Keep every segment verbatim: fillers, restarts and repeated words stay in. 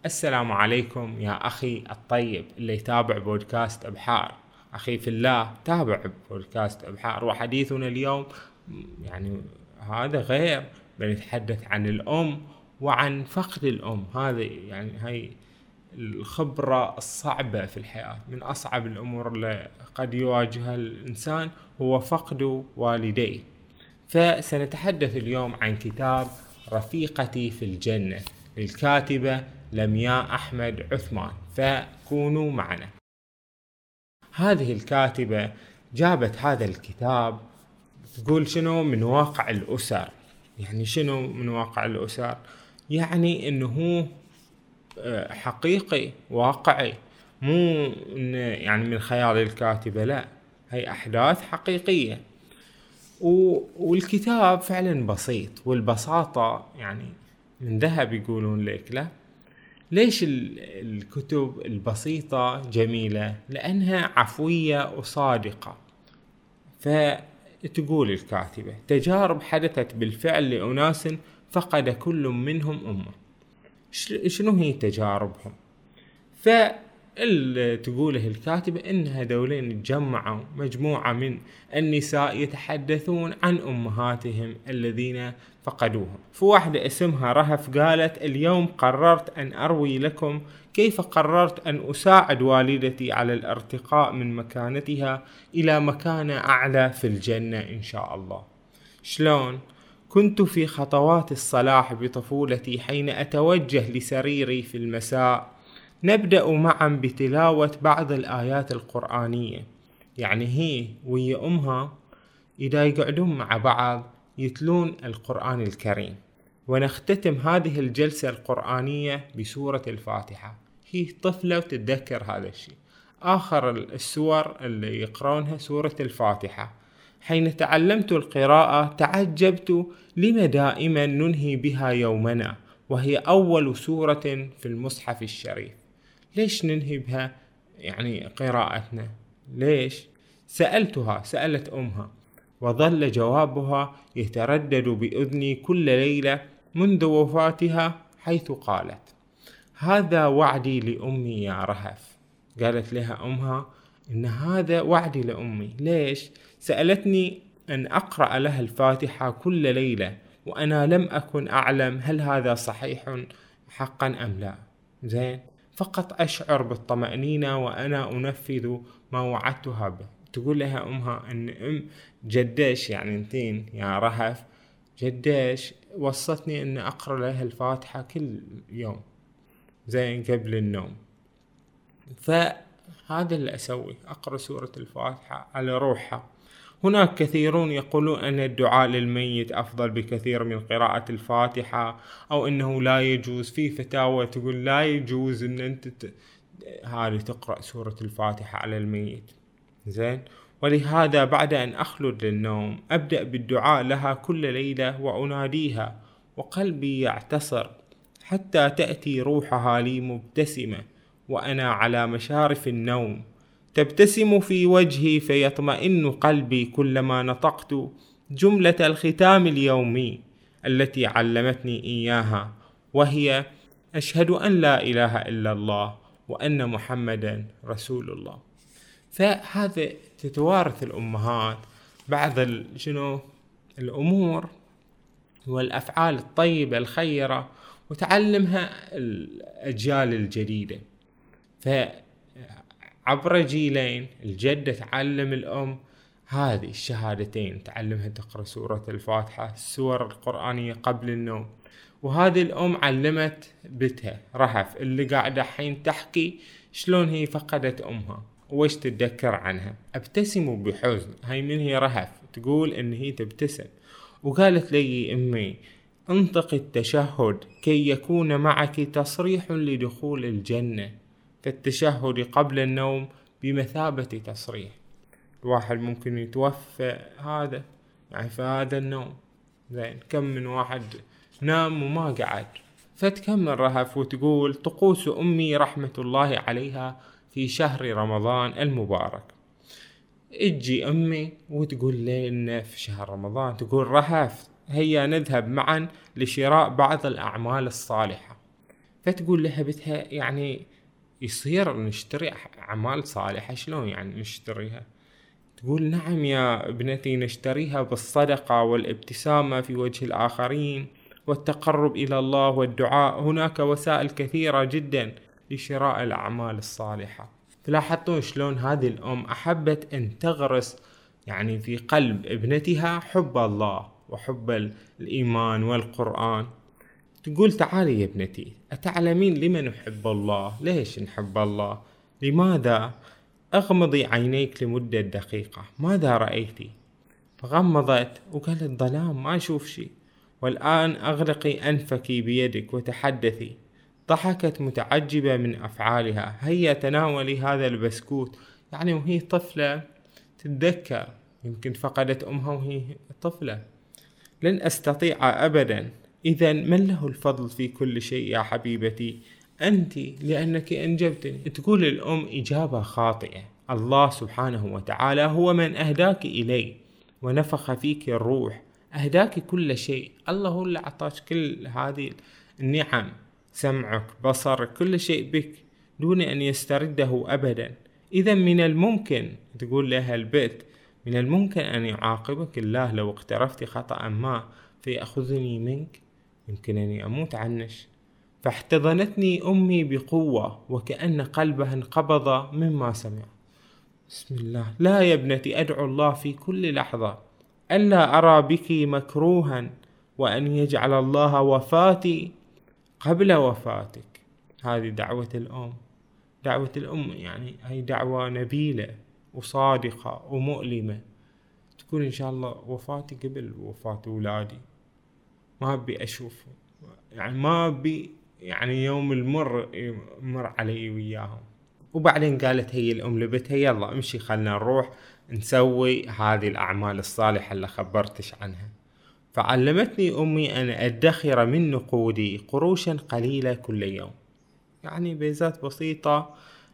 السلام عليكم يا أخي الطيب اللي يتابع بودكاست أبحار. أخي في الله، تابع بودكاست أبحار. وحديثنا اليوم يعني هذا غير، بنتحدث عن الأم وعن فقد الأم. هذه يعني هاي الخبرة الصعبة في الحياة، من أصعب الأمور اللي قد يواجهها الإنسان هو فقد والديه. فسنتحدث اليوم عن كتاب رفيقتي في الجنة للكاتبة لمياء أحمد عثمان، فكونوا معنا. هذه الكاتبة جابت هذا الكتاب تقول شنو من واقع الأسر. يعني شنو من واقع الأسر؟ يعني انه حقيقي واقعي، مو يعني من خيال الكاتبة، لا، هي أحداث حقيقية. والكتاب فعلا بسيط، والبساطة يعني من ذهب يقولون لك. لا، ليش الكتب البسيطة جميلة؟ لأنها عفوية وصادقة. فتقول الكاتبة: تجارب حدثت بالفعل لأناس فقد كل منهم أمه. شنو هي تجاربهم؟ ف اللي تقوله الكاتبة إن هذولين تجمعوا مجموعة من النساء يتحدثون عن أمهاتهم الذين فقدوهم. في واحدة اسمها رهف قالت: اليوم قررت أن أروي لكم كيف قررت أن أساعد والدتي على الارتقاء من مكانتها إلى مكانة أعلى في الجنة إن شاء الله. شلون؟ كنت في خطوات الصلاح بطفولتي حين أتوجه لسريري في المساء. نبدأ معا بتلاوة بعض الآيات القرآنية، يعني هي ويا أمها إذا يقعدون مع بعض يتلون القرآن الكريم. ونختتم هذه الجلسة القرآنية بسورة الفاتحة. هي طفلة وتتذكر هذا الشيء. آخر السور اللي يقرونها سورة الفاتحة. حين تعلمت القراءة تعجبت لما دائما ننهي بها يومنا، وهي أول سورة في المصحف الشريف. ليش ننهي بها يعني قراءتنا؟ ليش؟ سألتها، سألت أمها، وظل جوابها يتردد بأذني كل ليلة منذ وفاتها، حيث قالت: هذا وعدي لأمي يا رهف. قالت لها أمها إن هذا وعدي لأمي. ليش؟ سألتني أن أقرأ لها الفاتحة كل ليلة، وأنا لم أكن أعلم هل هذا صحيح حقا أم لا. زين، فقط أشعر بالطمأنينة وأنا أنفذ ما وعدتها به. تقول لها أمها أن أم جدش، يعني انتين يا رهف، جدش وصتني أن أقرأ لها الفاتحة كل يوم زين قبل النوم. فهذا اللي أسوي، أقرأ سورة الفاتحة على روحها. هناك كثيرون يقولون أن الدعاء للميت أفضل بكثير من قراءة الفاتحة، أو أنه لا يجوز. في فتاوى تقول لا يجوز أن أنت ت... هذه تقرأ سورة الفاتحة على الميت. زين، ولهذا بعد أن أخلد للنوم أبدأ بالدعاء لها كل ليلة وأناديها، وقلبي يعتصر حتى تأتي روحها لي مبتسمة وأنا على مشارف النوم، تبتسم في وجهي فيطمئن قلبي كلما نطقت جملة الختام اليومي التي علمتني إياها، وهي: أشهد أن لا إله إلا الله وأن محمدا رسول الله. فهذا تتوارث الأمهات بعض شنو الأمور والأفعال الطيبة الخيرة، وتعلمها الأجيال الجديدة. فعبر جيلين، الجدة تعلم الأم هذه الشهادتين، تعلمها تقرأ سورة الفاتحة، السور القرآنية قبل النوم. وهذه الأم علمت بنتها رهف اللي قاعدة حين تحكي شلون هي فقدت أمها وإيش تتذكر عنها. أبتسم بحزن. هاي من هي رهف تقول إن هي تبتسم، وقالت لي أمي: انطق التشهد كي يكون معك تصريح لدخول الجنة. فالتشهد قبل النوم بمثابة تصريح. الواحد ممكن يتوفى هذا يعني في هذا النوم. زين، كم من واحد نام وما قعد. فتكمل رهف وتقول: طقوس أمي رحمة الله عليها في شهر رمضان المبارك. اجي أمي وتقول لي إن في شهر رمضان، تقول: رهف هيا نذهب معا لشراء بعض الأعمال الصالحة. فتقول لها بتها يعني يصير نشتري أعمال صالحة؟ شلون يعني نشتريها؟ تقول نعم يا ابنتي، نشتريها بالصدقة والابتسامة في وجه الآخرين والتقرب إلى الله والدعاء. هناك وسائل كثيرة جدا لشراء الأعمال الصالحة. تلاحظون شلون هذه الأم أحبت أن تغرس يعني في قلب ابنتها حب الله وحب الإيمان والقرآن. تقول تعالي يا ابنتي، أتعلمين لما نحب الله؟ ليش نحب الله؟ لماذا؟ أغمضي عينيك لمدة دقيقة، ماذا رأيتي؟ غمضت وقالت ظلام ما أشوف شيء. والآن أغلقي أنفك بيدك وتحدثي. ضحكت متعجبة من أفعالها. هيا تناولي هذا البسكوت. يعني وهي طفلة تتذكر، يمكن فقدت أمها وهي طفلة. لن أستطيع أبدا. إذا من له الفضل في كل شيء يا حبيبتي؟ أنت، لأنك أنجبتني. تقول الأم إجابة خاطئة. الله سبحانه وتعالى هو من أهداك إلي ونفخ فيك الروح، أهداك كل شيء. الله هو اللي أعطاك كل هذه النعم، سمعك، بصرك، كل شيء بك دون أن يسترده أبدا. إذا من الممكن، تقول لها البيت، من الممكن أن يعاقبك الله لو اقترفت خطأ ما فيأخذني منك، يمكنني أموت عنش. فاحتضنتني أمي بقوة وكأن قلبها انقبض مما سمع. بسم الله. لا يا ابنتي، أدعو الله في كل لحظة ألا أرى بك مكروها، وأن يجعل الله وفاتي قبل وفاتك. هذه دعوة الأم. دعوة الأم يعني هي دعوة نبيلة وصادقة ومؤلمة. تكون إن شاء الله وفاتي قبل وفاة أولادي، ما أبي أشوف، يعني ما أبي يعني يوم المر مر علي وياهم. وبعدين قالت هي الأم لبتها يلا امشي خلنا نروح نسوي هذه الأعمال الصالحة اللي خبرتش عنها. فعلمتني أمي أن أدخر من نقودي قروشا قليلة كل يوم، يعني بيزات بسيطة.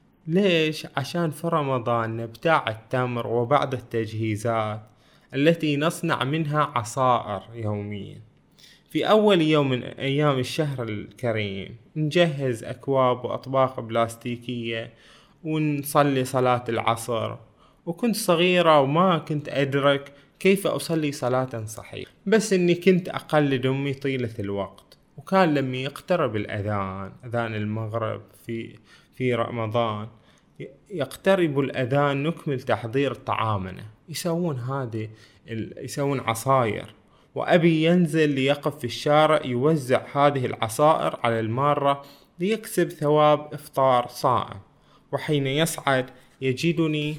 ليش؟ عشان في رمضان نبتاع التمر وبعض التجهيزات التي نصنع منها عصائر يوميا. في أول يوم من أيام الشهر الكريم نجهز أكواب وأطباق بلاستيكية ونصلي صلاة العصر. وكنت صغيرة وما كنت أدرك كيف أصلي صلاة صحيحة، بس أني كنت أقلد أمي طيلة الوقت. وكان لما يقترب الأذان، أذان المغرب في في رمضان، يقترب الأذان نكمل تحضير طعامنا. يسوون هذه يسوون عصاير، وأبي ينزل ليقف في الشارع يوزع هذه العصائر على المارة ليكسب ثواب إفطار صائم. وحين يصعد يجدني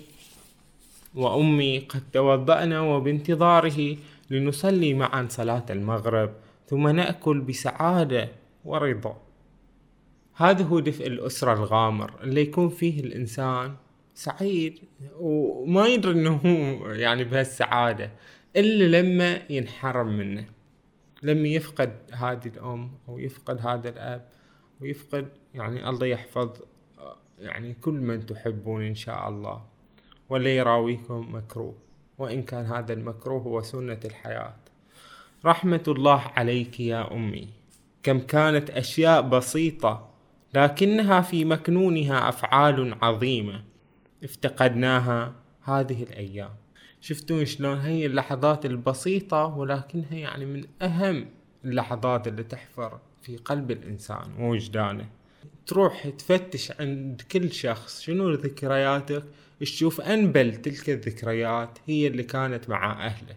وأمي قد توضأنا وبانتظاره لنصلي معا صلاة المغرب، ثم نأكل بسعادة ورضا. هذا هو دفء الأسرة الغامر اللي يكون فيه الإنسان سعيد وما يدري أنه يعني بهالسعادة إلا لما ينحرم منه، لما يفقد هذه الأم أو يفقد هذا الأب ويفقد، يعني الله يحفظ يعني كل من تحبون إن شاء الله. ولا يراويكم مكروه، وإن كان هذا المكروه هو سنة الحياة. رحمة الله عليك يا أمي، كم كانت أشياء بسيطة لكنها في مكنونها أفعال عظيمة افتقدناها هذه الأيام. شفتون شلون هي اللحظات البسيطة ولكنها يعني من أهم اللحظات اللي تحفر في قلب الإنسان ووجدانه. تروح تفتش عند كل شخص شنو ذكرياتك، تشوف أنبل تلك الذكريات هي اللي كانت مع أهله.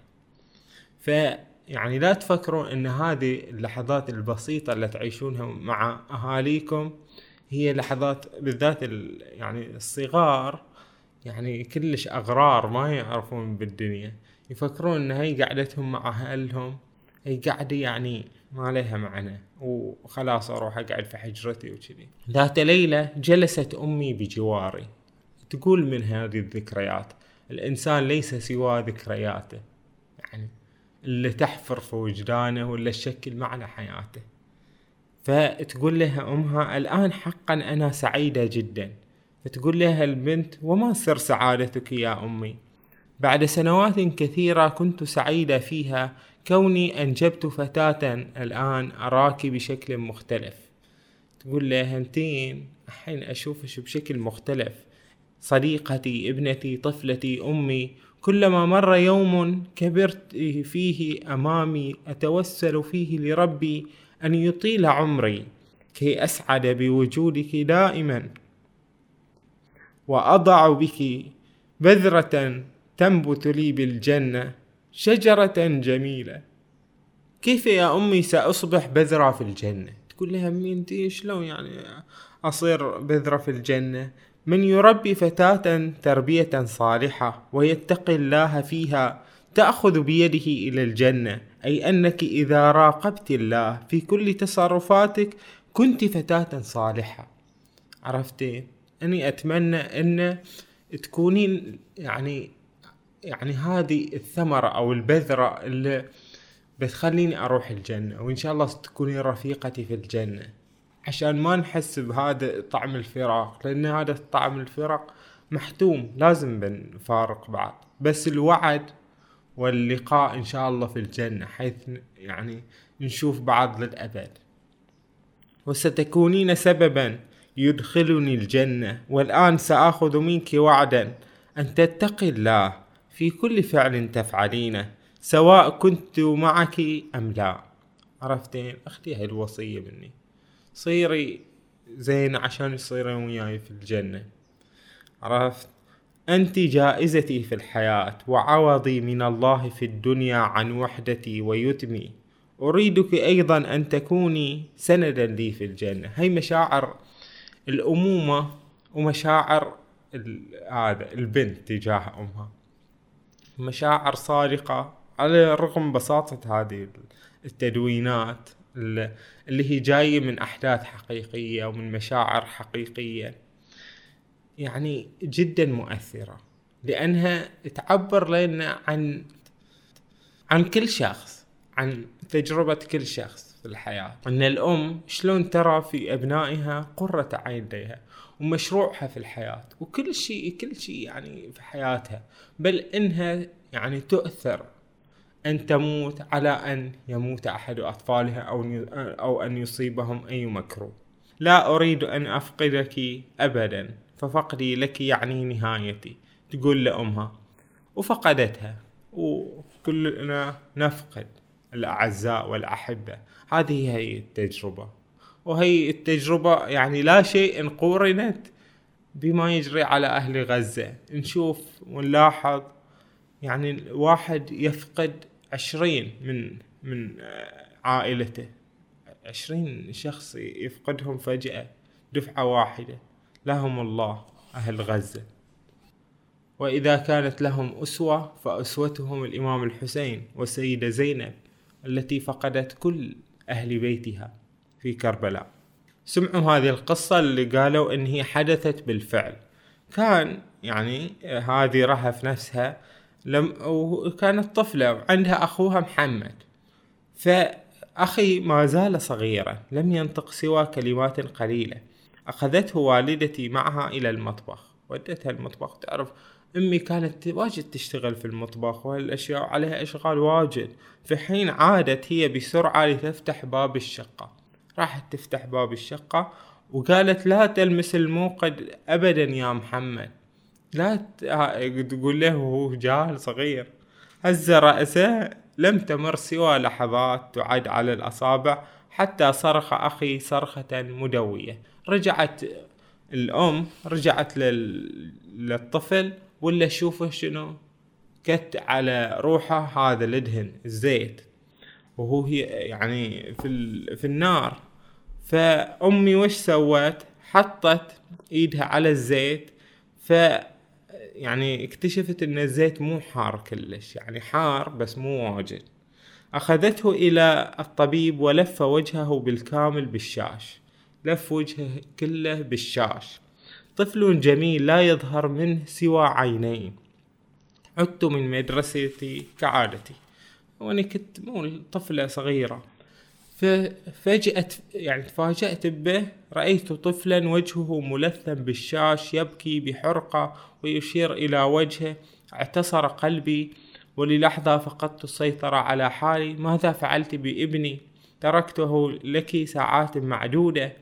فيعني لا تفكرون أن هذه اللحظات البسيطة اللي تعيشونها مع أهاليكم هي لحظات، بالذات يعني الصغار يعني كلش أغرار ما يعرفون بالدنيا، يفكرون أن هي قعدتهم مع أهلهم هي قاعدة يعني ما لها معنى وخلاص أروح أقعد في حجرتي وكذي. ذات ليلة جلست أمي بجواري تقول من هذه الذكريات الإنسان ليس سوى ذكرياته، يعني اللي تحفر في وجدانه واللي تشكل معنى حياته. فتقول لها أمها الآن حقا أنا سعيدة جدا. فتقول لها البنت وما سر سعادتك يا أمي؟ بعد سنوات كثيرة كنت سعيدة فيها كوني أنجبت فتاة الآن أراك بشكل مختلف. تقول له هنتين الحين أشوفش بشكل مختلف، صديقتي، ابنتي، طفلتي، أمي، كلما مر يوم كبرت فيه أمامي أتوسل فيه لربي أن يطيل عمري كي أسعد بوجودك دائما، وأضع بك بذرة تنبت لي بالجنة شجرة جميلة. كيف يا أمي سأصبح بذرة في الجنة؟ تقول لها أمي شلون يعني أصير بذرة في الجنة؟ من يربي فتاة تربية صالحة ويتقي الله فيها تأخذ بيده إلى الجنة، أي أنك إذا راقبت الله في كل تصرفاتك كنت فتاة صالحة. عرفتين؟ أني أتمنى أن تكونين يعني يعني هذه الثمرة أو البذرة اللي بتخليني أروح الجنة، وإن شاء الله تكونين رفيقتي في الجنة، عشان ما نحس بهذا طعم الفراق، لأن هذا طعم الفراق محتوم، لازم بنفارق بعض، بس الوعد واللقاء إن شاء الله في الجنة حيث يعني نشوف بعض للأبد. وستكونين سببا يدخلني الجنة، والآن سأخذ منك وعدا أن تتقي الله في كل فعل تفعلينه سواء كنت معك أم لا. عرفتين؟ أختي هاي الوصية مني، صيري زين عشان يصيرين وياي في الجنة. عرفت؟ أنت جائزتي في الحياة وعوضي من الله في الدنيا عن وحدتي ويتمي، أريدك أيضا أن تكوني سندا لي في الجنة. هاي مشاعر الأمومة ومشاعر هذا البنت تجاه أمها، مشاعر صادقة على رغم بساطة هذه التدوينات اللي هي جاية من أحداث حقيقية ومن مشاعر حقيقية، يعني جدا مؤثرة، لأنها تعبر لنا عن عن كل شخص، عن تجربة كل شخص في الحياة، أن الأم شلون ترى في أبنائها قرة عين لها ومشروعها في الحياة، وكل شيء كل شيء يعني في حياتها، بل إنها يعني تؤثر أن تموت على أن يموت أحد أطفالها أو أو أن يصيبهم أي مكروه. لا أريد أن أفقدك أبدا، ففقدي لك يعني نهايتي، تقول لأمها، وفقدتها، وكلنا نفقد الأعزاء والأحبة. هذه هي التجربة، وهي التجربة يعني لا شيء قورنت بما يجري على أهل غزة. نشوف ونلاحظ يعني الواحد يفقد عشرين من من عائلته، عشرين شخص يفقدهم فجأة دفعة واحدة. لهم الله أهل غزة، وإذا كانت لهم أسوة فأسوتهم الإمام الحسين والسيدة زينب التي فقدت كل أهل بيتها في كربلاء. سمعوا هذه القصة اللي قالوا إن هي حدثت بالفعل. كان يعني هذه رهف نفسها لم وكانت طفلة وعندها أخوها محمد، فأخي ما زال صغيرا لم ينطق سوى كلمات قليلة. أخذته والدتي معها إلى المطبخ، ودتها المطبخ. تعرف أمي كانت واجد تشتغل في المطبخ والأشياء عليها أشغال واجد، في حين عادت هي بسرعة لتفتح باب الشقة. راحت تفتح باب الشقة وقالت لا تلمس الموقد أبدا يا محمد، لا تقول له وهو جاهل صغير. هز رأسه، لم تمر سوى لحظات تعد على الأصابع حتى صرخ أخي صرخة مدوية. رجعت الأم رجعت للطفل ولا شوفه شنو كت على روحه هذا الدهن الزيت، وهو هي يعني في في النار. فأمي وش سوت؟ حطت ايدها على الزيت، ف يعني اكتشفت ان الزيت مو حار كلش، يعني حار بس مو واجد. اخذته الى الطبيب ولف وجهه بالكامل بالشاش، لف وجهه كله بالشاش. طفل جميل لا يظهر منه سوى عينين. عدت من مدرستي كعادتي، وانا كنت مو طفلة صغيرة، ففجأت يعني تفاجأت به. رأيت طفلا وجهه ملثم بالشاش يبكي بحرقة ويشير إلى وجهه. اعتصر قلبي، وللحظة فقدت السيطرة على حالي. ماذا فعلت بابني؟ تركته لك ساعات معدودة.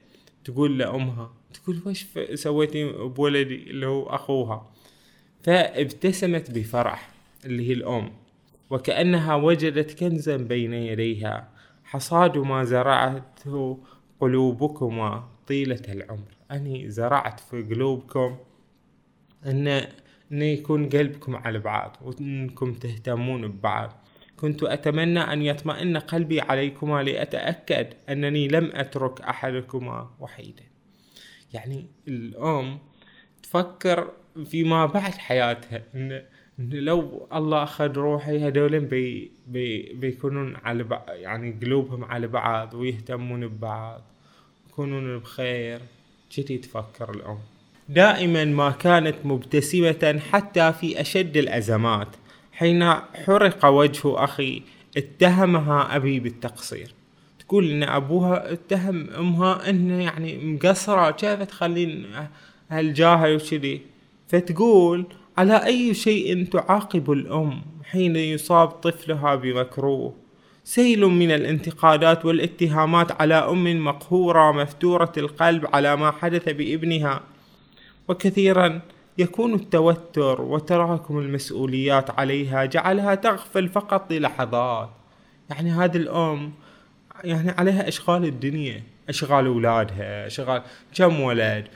تقول لأمها، تقول وش سويتي بولدي اللي هو أخوها؟ فابتسمت بفرح اللي هي الأم، وكأنها وجدت كنزا بين يديها، حصاد ما زرعته قلوبكما طيلة العمر. أني زرعت في قلوبكم أن أن يكون قلبكم على بعض، وأنكم تهتمون ببعض. كنت أتمنى أن يطمئن قلبي عليكما لأتأكد أنني لم أترك أحدكما وحيدا. يعني الأم تفكر فيما بعد حياتها، إن لو الله أخذ روحي هدولين بي بي بيكونون على بعض، يعني قلوبهم على بعض ويهتمون ببعض، يكونون بخير. جدي تفكر الأم. دائما ما كانت مبتسمة حتى في أشد الأزمات. حين حرق وجه أخي اتهمها أبي بالتقصير. تقول إن أبوها اتهم أمها إنه يعني مقصرة، كيف تخلين هالجاهل وشذي. فتقول على أي شيء تعاقب الأم حين يصاب طفلها بمكروه؟ سيل من الانتقادات والاتهامات على أم مقهورة مفتورة القلب على ما حدث بابنها. وكثيرا يكون التوتر وتراكم المسؤوليات عليها جعلها تغفل فقط للحظات. يعني هذه الأم يعني عليها أشغال الدنيا، أشغال أولادها، أشغال كم ولد،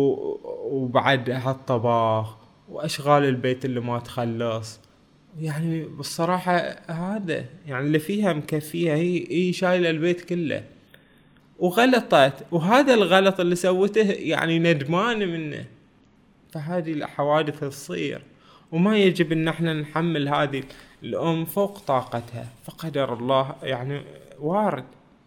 وبعد هالطباخ وأشغال البيت اللي ما تخلص. يعني بالصراحة هذا يعني اللي فيها مكفيها، هي هي شايلة البيت كله وغلطت، وهذا الغلط اللي سوته يعني ندمان منه. فهذه الحوادث تصير، وما يجب ان احنا نحمل هذه الام فوق طاقتها، فقدر الله يعني وارد.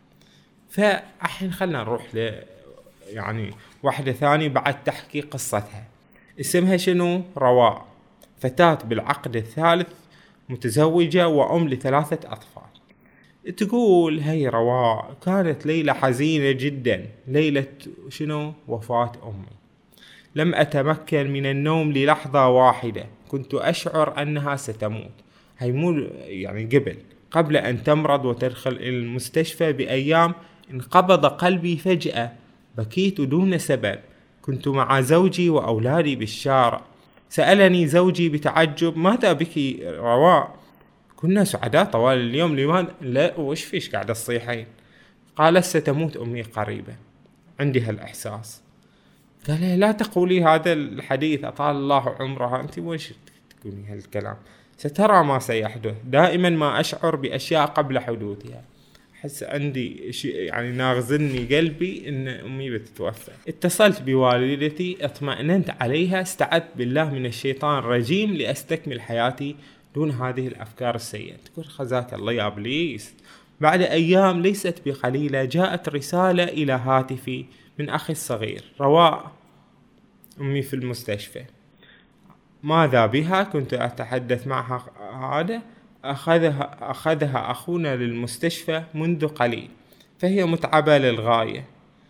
فالحين خلنا نروح ل يعني واحدة ثانية بعد تحكي قصتها. اسمها شنو؟ رواء، فتاة بالعقد الثالث، متزوجة وأم لثلاثة أطفال. تقول هي رواء: كانت ليلة حزينة جدا، ليلة شنو؟ وفاة أمي. لم أتمكن من النوم للحظة واحدة، كنت أشعر أنها ستموت. هي مو يعني قبل قبل أن تمرض وتدخل إلى المستشفى بأيام انقبض قلبي فجأة، بكيت دون سبب. كنت مع زوجي وأولادي بالشارع. سألني زوجي بتعجب: ماذا بك رواء؟ كنا سعداء طوال اليوم، لماذا؟ لا، وش فيش قاعدة تصيحين؟ قالت: ستموت أمي قريبا، عندي هالإحساس. قال: لا تقولي هذا الحديث، أطال الله عمرها. أنت وش تقولي هالكلام؟ سترى ما سيحدث. دائما ما أشعر بأشياء قبل حدوثها. أحس عندي شيء يعني ناغزني قلبي إن أمي بتتوفى. اتصلت بوالدتي، اطمأننت عليها، استعذت بالله من الشيطان الرجيم لأستكمل حياتي دون هذه الأفكار السيئة. تقول: خزاك الله يا إبليس. بعد أيام ليست بقليلة جاءت رسالة إلى هاتفي من أخي الصغير: رواء أمي في المستشفى. ماذا بها؟ كنت أتحدث معها. هذا أخذها, أخذها أخونا للمستشفى منذ قليل، فهي متعبة للغاية.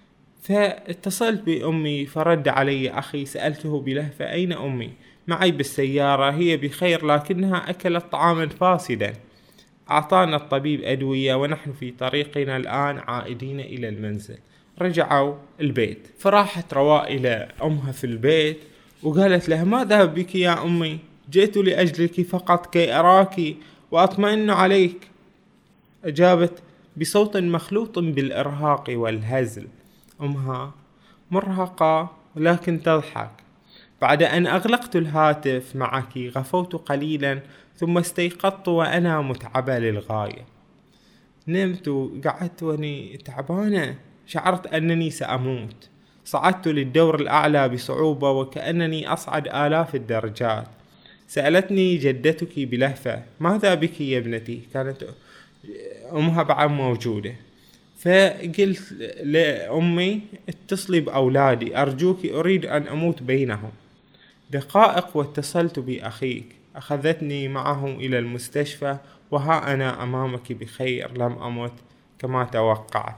فاتصلت بأمي فرد علي أخي. سألته بلهفة: أين أمي؟ معي بالسيارة، هي بخير لكنها أكلت طعاما فاسدا. أعطانا الطبيب أدوية ونحن في طريقنا الآن عائدين إلى المنزل. رجعوا البيت، فراحت رواء إلى أمها في البيت وقالت لها: ماذا بك يا أمي؟ جئت لأجلك فقط كي أراك وأطمئن عليك. أجابت بصوت مخلوط بالإرهاق والهزل. أمها مرهقة لكن تضحك. بعد أن أغلقت الهاتف معك غفوت قليلا، ثم استيقظت وأنا متعبة للغاية. نمت وقعدت وأني تعبانة، شعرت أنني سأموت. صعدت للدور الأعلى بصعوبة وكأنني أصعد آلاف الدرجات. سألتني جدتك بلهفة: ماذا بك يا ابنتي؟ كانت أمها بعد موجودة. فقلت لأمي: اتصلي بأولادي أرجوك، أريد أن أموت بينهم. دقائق واتصلت بأخيك، أخذتني معه إلى المستشفى، وها أنا أمامك بخير، لم أمت كما توقعت.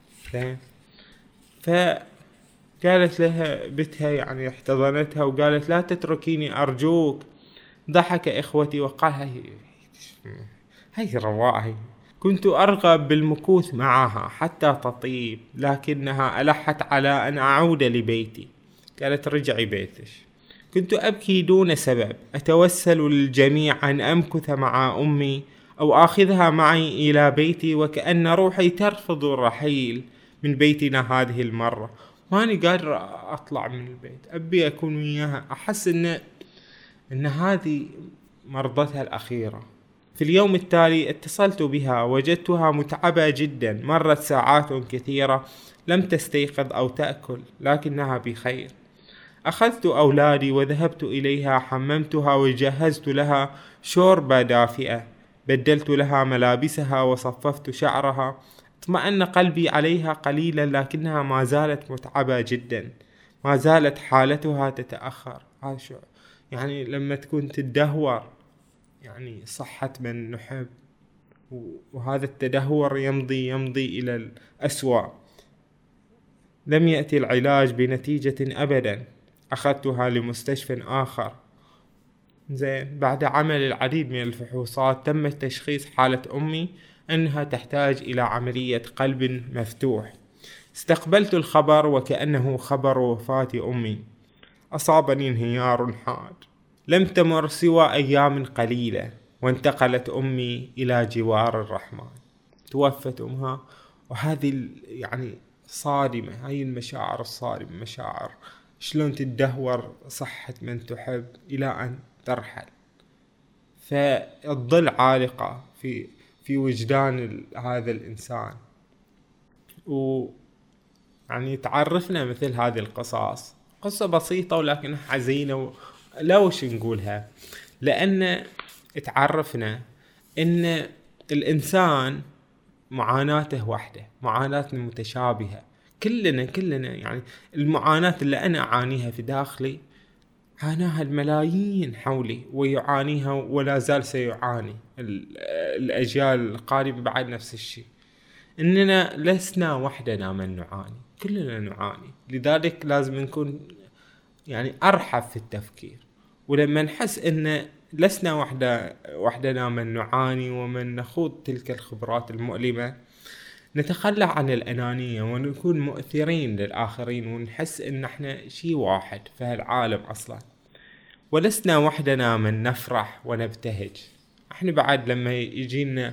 فقالت لها بتها يعني احتضنتها وقالت: لا تتركيني أرجوك. ضحك إخوتي وقال: هاي هاي رواء، كنت أرغب بالمكوث معها حتى تطيب، لكنها ألحت على أن أعود لبيتي. قالت رجعي بيتش. كنت أبكي دون سبب، أتوسل للجميع أن أمكث مع أمي أو آخذها معي إلى بيتي، وكأن روحي ترفض الرحيل من بيتنا هذه المرة. ماني قادر أطلع من البيت، أبي أكون وياها، أحس إن إن هذه مرضتها الأخيرة. في اليوم التالي اتصلت بها، وجدتها متعبة جدا، مرت ساعات كثيرة لم تستيقظ أو تأكل، لكنها بخير. أخذت أولادي وذهبت إليها، حممتها وجهزت لها شوربة دافئة، بدلت لها ملابسها وصففت شعرها. اطمأن قلبي عليها قليلا، لكنها ما زالت متعبة جدا، ما زالت حالتها تتأخر. يعني لما تكون تدهور، يعني صحة من نحب، وهذا التدهور يمضي يمضي إلى الأسوأ. لم يأتي العلاج بنتيجة أبدا. أخذتها لمستشفى آخر. زين، بعد عمل العديد من الفحوصات تم تشخيص حالة أمي أنها تحتاج إلى عملية قلب مفتوح. استقبلت الخبر وكأنه خبر وفاة أمي. أصابني انهيار حاد. لم تمر سوى أيام قليلة وانتقلت أمي إلى جوار الرحمن. توفت أمها، وهذه يعني صادمة. هاي المشاعر الصادمة، مشاعر شلون تدهور صحة من تحب إلى أن ترحل. فالظل عالقة في في وجدان هذا الإنسان. و يعني تعرفنا مثل هذه القصص، قصة بسيطة ولكن حزينة، لا وش نقولها، لأن تعرفنا إن الإنسان معاناته واحدة، معاناتنا متشابهة، كلنا كلنا يعني المعاناة اللي أنا أعانيها في داخلي عاناها الملايين حولي ويعانيها ولا زال سيعاني الأجيال القادمة بعد نفس الشيء. إننا لسنا وحدنا من نعاني، كلنا نعاني. لذلك لازم نكون يعني أرحب في التفكير، ولما نحس إن لسنا وحدة وحدنا من نعاني ومن نخوض تلك الخبرات المؤلمة، نتخلى عن الأنانية ونكون مؤثرين للآخرين، ونحس إن احنا شيء واحد في هالعالم أصلا، ولسنا وحدنا من نفرح ونبتهج. احنا بعد لما يجينا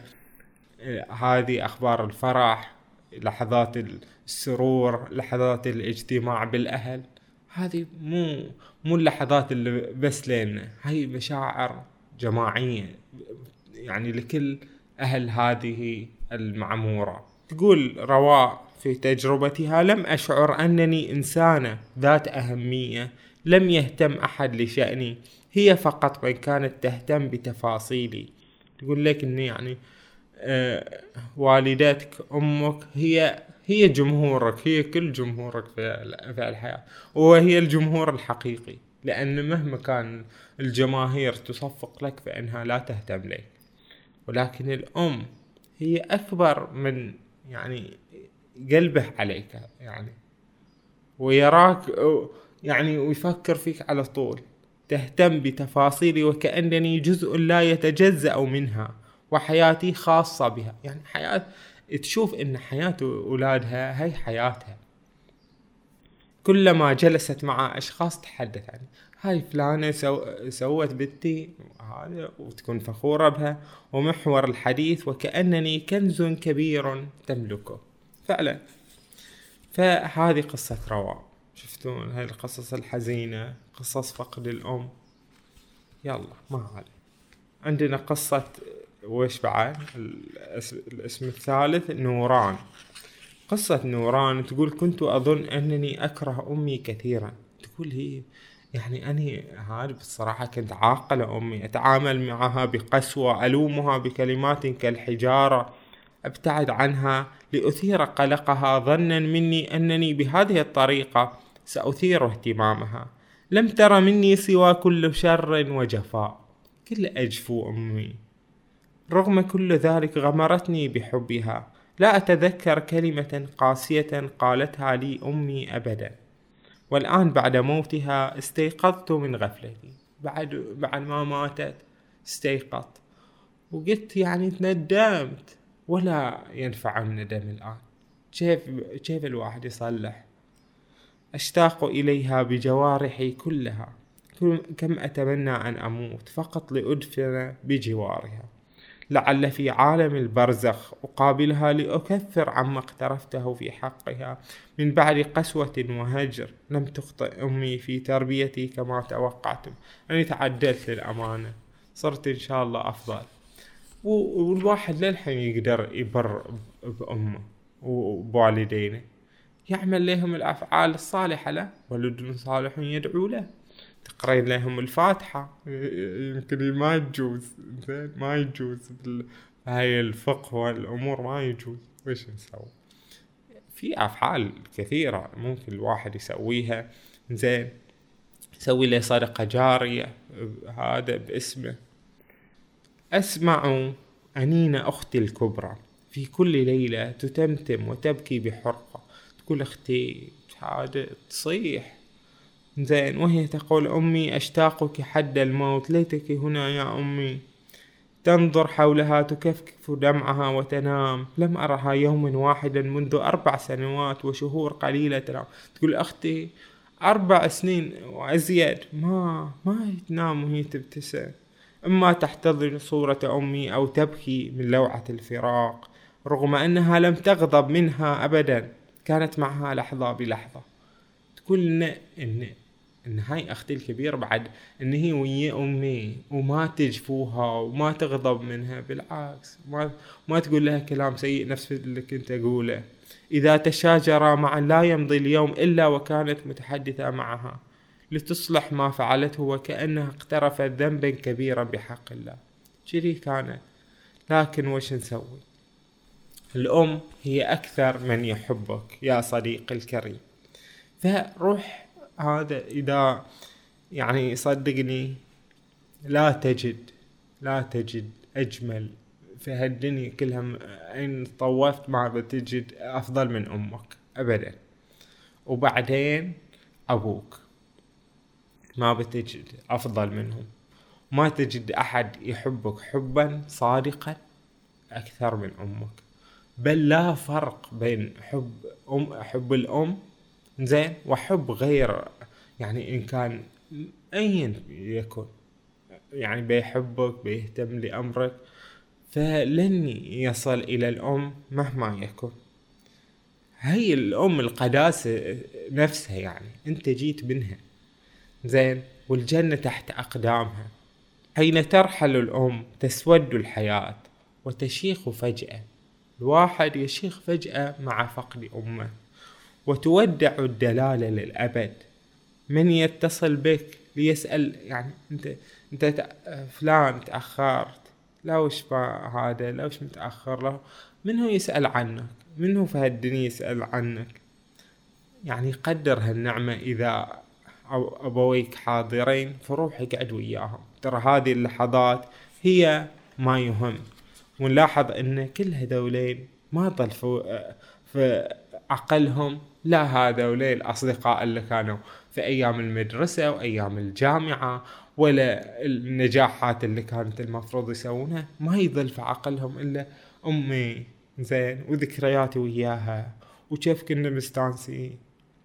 هذه أخبار الفرح، لحظات السرور، لحظات الاجتماع بالأهل، هذه مو مو اللحظات اللي بس لنا، هاي مشاعر جماعية يعني لكل أهل هذه المعمورة. تقول رواء في تجربتها: لم أشعر أنني إنسانة ذات أهمية، لم يهتم أحد لشأني، هي فقط من كانت تهتم بتفاصيلي. تقول لك إن يعني آه والدتك أمك هي هي جمهورك، هي كل جمهورك في في الحياة، وهي الجمهور الحقيقي، لأن مهما كان الجماهير تصفق لك فإنها لا تهتم لك، ولكن الأم هي أكبر من يعني قلبه عليك يعني، ويراك يعني ويفكر فيك على طول، تهتم بتفاصيلي وكأنني جزء لا يتجزأ منها، وحياتي خاصة بها. يعني حياة تشوف إن حياة أولادها هي حياتها. كلما جلست مع أشخاص تحدث عنه: هاي فلانة سو... سوت بنتي هذا، وتكون فخورة بها ومحور الحديث، وكأنني كنز كبير تملكه فعلا. فهذه قصة رواء. شفتون هاي القصص الحزينة، قصص فقد الأم. يلا ما علي. عندنا قصة ويش بعد الاسم, الاسم الثالث نوران. قصة نوران تقول: كنت أظن أنني أكره أمي كثيرا. تقول هي يعني أني هذا بصراحة كنت عاقلة أمي، أتعامل معها بقسوة، ألومها بكلمات كالحجارة، أبتعد عنها لأثير قلقها، ظنا مني أنني بهذه الطريقة سأثير اهتمامها. لم تر مني سوى كل شر وجفاء، كل أجفو أمي. رغم كل ذلك غمرتني بحبها. لا أتذكر كلمة قاسية قالتها لي أمي أبدا. والآن بعد موتها استيقظت من غفلتي. بعد بعد ما ماتت استيقظت وقلت يعني تندمت، ولا ينفع الندم الآن. كيف كيف الواحد يصلح؟ أشتاق إليها بجوارحي كلها، كم أتمنى أن أموت فقط لأدفن بجوارها، لعل في عالم البرزخ أقابلها لأكفر عما اقترفته في حقها من بعد قسوة وهجر. لم تخطئ أمي في تربيتي كما توقعتم، أني تعدلت للأمانة، صرت إن شاء الله أفضل. والواحد للحين يقدر يبر بأمه وبوالدينه، يعمل لهم الأفعال الصالحة له، ولد صالح يدعو له، تقرين لهم الفاتحة. يمكن ما يجوز، زين ما يجوز هاي الفقه والأمور ما يجوز. وش نسوي؟ في أفعال كثيرة ممكن الواحد يسويها، زين يسوي له صدقة جارية هذا باسمه. أسمع أنين أختي الكبرى في كل ليلة تتمتم وتبكي بحرقة، تقول أختي هذا تصيح، زين وهي تقول أمي أشتاقك حد الموت، ليتك هنا يا أمي. تنظر حولها تكفكف دمعها وتنام، لم أرها يوم واحدا منذ أربع سنوات وشهور قليلة تنام. تقول أختي أربع سنين وأزيد ما ما تنام وهي تبتسم، إما تحتضن صورة أمي أو تبكي من لوعة الفراق، رغم أنها لم تغضب منها أبدا، كانت معها لحظة بلحظة. تقول إن إن إن هاي أختي الكبير بعد إن هي ويا أمي وما تجفوها وما تغضب منها، بالعكس ما ما تقول لها كلام سيء نفس اللي كنت أقوله. إذا تشاجرا معا لا يمضي اليوم إلا وكانت متحدثة معها لتصلح ما فعلته، وكأنها اقترفت ذنبا كبيرا بحق الله. جري كانت. لكن وش نسوي؟ الأم هي أكثر من يحبك يا صديقي الكريم. فروح هذا إذا يعني صدقني لا تجد لا تجد أجمل في هالدنيا كلها، إن طوفت ما بتجد أفضل من أمك أبدا. وبعدين أبوك ما بتجد أفضل منهم، ما تجد أحد يحبك حبا صادقا أكثر من أمك. بل لا فرق بين حب أم حب الأم زين وحب غير، يعني إن كان أين يكن يعني بيحبك بيهتم لأمرك، فلن يصل إلى الأم مهما يكن. هي الأم القداسة نفسها، يعني أنت جيت منها زين، والجنة تحت أقدامها. حين ترحل الأم تسود الحياة وتشيخ فجأة، الواحد يشيخ فجأة مع فقد أمه، وتودع الدلالة للأبد. من يتصل بك ليسأل يعني أنت أنت فلان تأخرت، لا وش هذا لا وش متأخر له، منه يسأل عنك، منه في هالدنيا يسأل عنك. يعني قدر هالنعمة إذا أو أبويك حاضرين، فروح اقعد وياهم، ترى هذه اللحظات هي ما يهم. ونلاحظ أن كل هذولين ما ضل في عقلهم لا هذولين الأصدقاء اللي كانوا في أيام المدرسة وأيام الجامعة، ولا النجاحات اللي كانت المفروض يسوونها، ما يضل في عقلهم إلا أمي زين وذكرياتي وياها وكيف كنا مستانسين.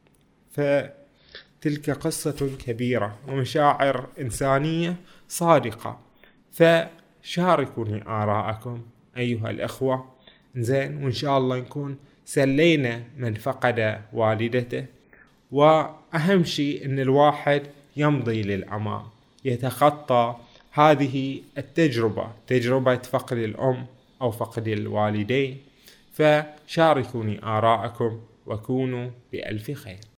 فتلك قصة كبيرة ومشاعر إنسانية صادقة. فشاركوني آراءكم أيها الأخوة زين، وإن شاء الله نكون سلينا من فقد والدته. وأهم شيء أن الواحد يمضي للأمام، يتخطى هذه التجربة، تجربة فقد الأم أو فقد الوالدين. فشاركوني آراءكم وكونوا بألف خير.